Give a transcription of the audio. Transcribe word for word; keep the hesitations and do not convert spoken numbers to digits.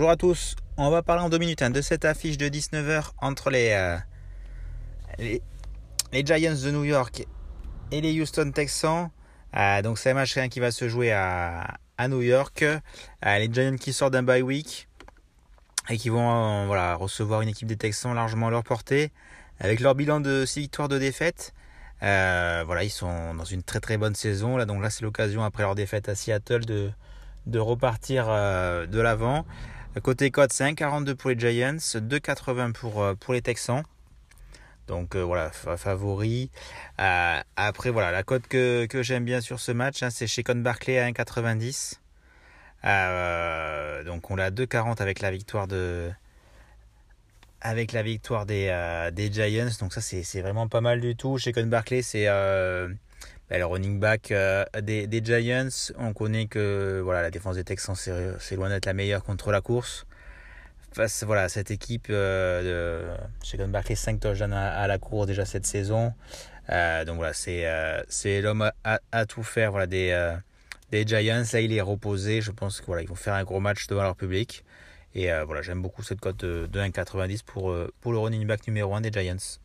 Bonjour à tous, on va parler en deux minutes hein, de cette affiche de dix-neuf heures entre les, euh, les, les Giants de New York et les Houston Texans. Euh, donc c'est un match hein, qui va se jouer à, à New York. Euh, les Giants qui sortent d'un bye week et qui vont euh, voilà, recevoir une équipe des Texans largement à leur portée. Avec leur bilan de six victoires de défaites. Euh, voilà, ils sont dans une très très bonne saison. Là, donc là c'est l'occasion après leur défaite à Seattle de, de repartir euh, de l'avant. Côté cote, c'est un virgule quarante-deux pour les Giants, deux virgule quatre-vingts pour, pour les Texans. Donc euh, voilà, favori. Euh, après, voilà, la cote que, que j'aime bien sur ce match, hein, c'est chez Con Barclay à un virgule quatre-vingt-dix. Euh, donc on l'a à deux virgule quarante avec la victoire de avec la victoire des, euh, des Giants. Donc ça, c'est, c'est vraiment pas mal du tout. Chez Con Barclay, c'est euh, bah, le running back euh, des, des Giants. On connaît que voilà, la défense des Texans, c'est, c'est loin d'être la meilleure contre la course. Face voilà, à cette équipe euh, de chez Con Barclay, cinq touchdowns à, à la course déjà cette saison. Euh, donc voilà, c'est, euh, c'est l'homme à, à tout faire voilà, des, euh, des Giants. Là, il est reposé. Je pense qu'ils voilà, vont faire un gros match devant leur public. Et euh, voilà, j'aime beaucoup cette cote de, de un virgule quatre-vingt-dix pour, euh, pour le running back numéro un des Giants.